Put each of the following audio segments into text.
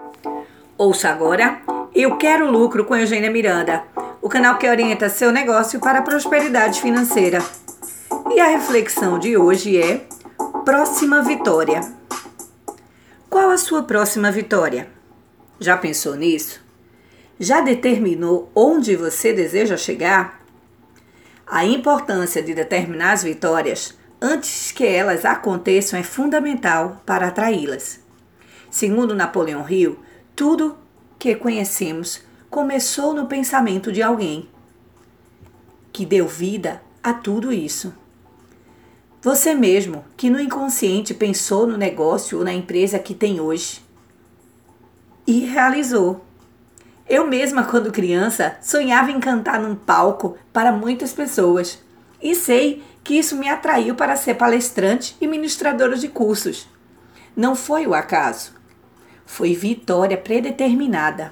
Ouça agora Eu Quero Lucro com Eugênia Miranda, o canal que orienta seu negócio para a prosperidade financeira. E a reflexão de hoje é próxima vitória. Qual a sua próxima vitória? Já pensou nisso? Já determinou onde você deseja chegar? A importância de determinar as vitórias antes que elas aconteçam é fundamental para atraí-las. Segundo Napoleão Hill, tudo que conhecemos começou no pensamento de alguém que deu vida a tudo isso. Você mesmo, que no inconsciente pensou no negócio ou na empresa que tem hoje e realizou. Eu mesma, quando criança, sonhava em cantar num palco para muitas pessoas e sei que isso me atraiu para ser palestrante e ministradora de cursos. Não foi o acaso. Foi vitória predeterminada.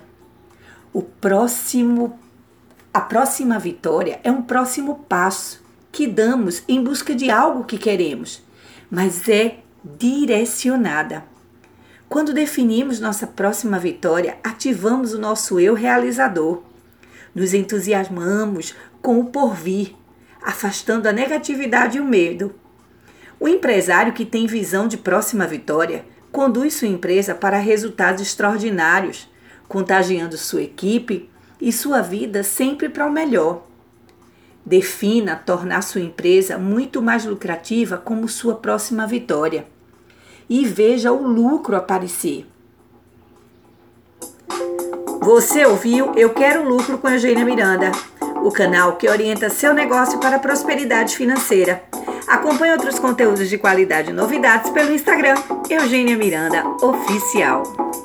A próxima vitória é um próximo passo que damos em busca de algo que queremos, mas é direcionada. Quando definimos nossa próxima vitória, ativamos o nosso eu realizador. Nos entusiasmamos com o porvir, afastando a negatividade e o medo. O empresário que tem visão de próxima vitória conduz sua empresa para resultados extraordinários, contagiando sua equipe e sua vida sempre para o melhor. Defina tornar sua empresa muito mais lucrativa como sua próxima vitória e veja o lucro aparecer. Você ouviu Eu Quero Lucro com Eugênia Miranda, o canal que orienta seu negócio para a prosperidade financeira. Acompanhe outros conteúdos de qualidade e novidades pelo Instagram Eugênia Miranda Oficial.